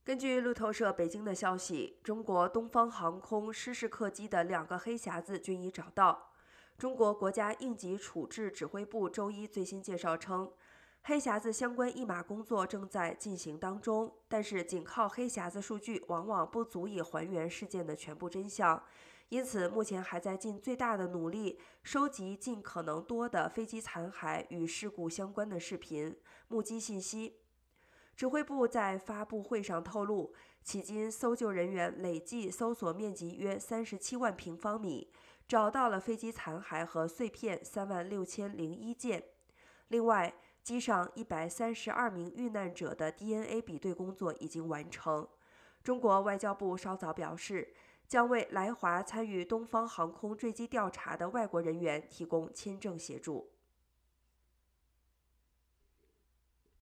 根据路透社北京的消息，中国东方航空失事客机的2个黑匣子均已找到。中国国家应急处置指挥部周一最新介绍称，黑匣子相关译码工作正在进行当中，但是仅靠黑匣子数据往往不足以还原事件的全部真相，因此目前还在尽最大的努力收集尽可能多的飞机残骸与事故相关的视频，目击信息。指挥部在发布会上透露，迄今搜救人员累计搜索面积约37万平方米，找到了飞机残骸和碎片36001件。另外，机上132名遇难者的 DNA 比对工作已经完成。中国外交部稍早表示，将为来华参与东方航空坠机调查的外国人员提供签证协助。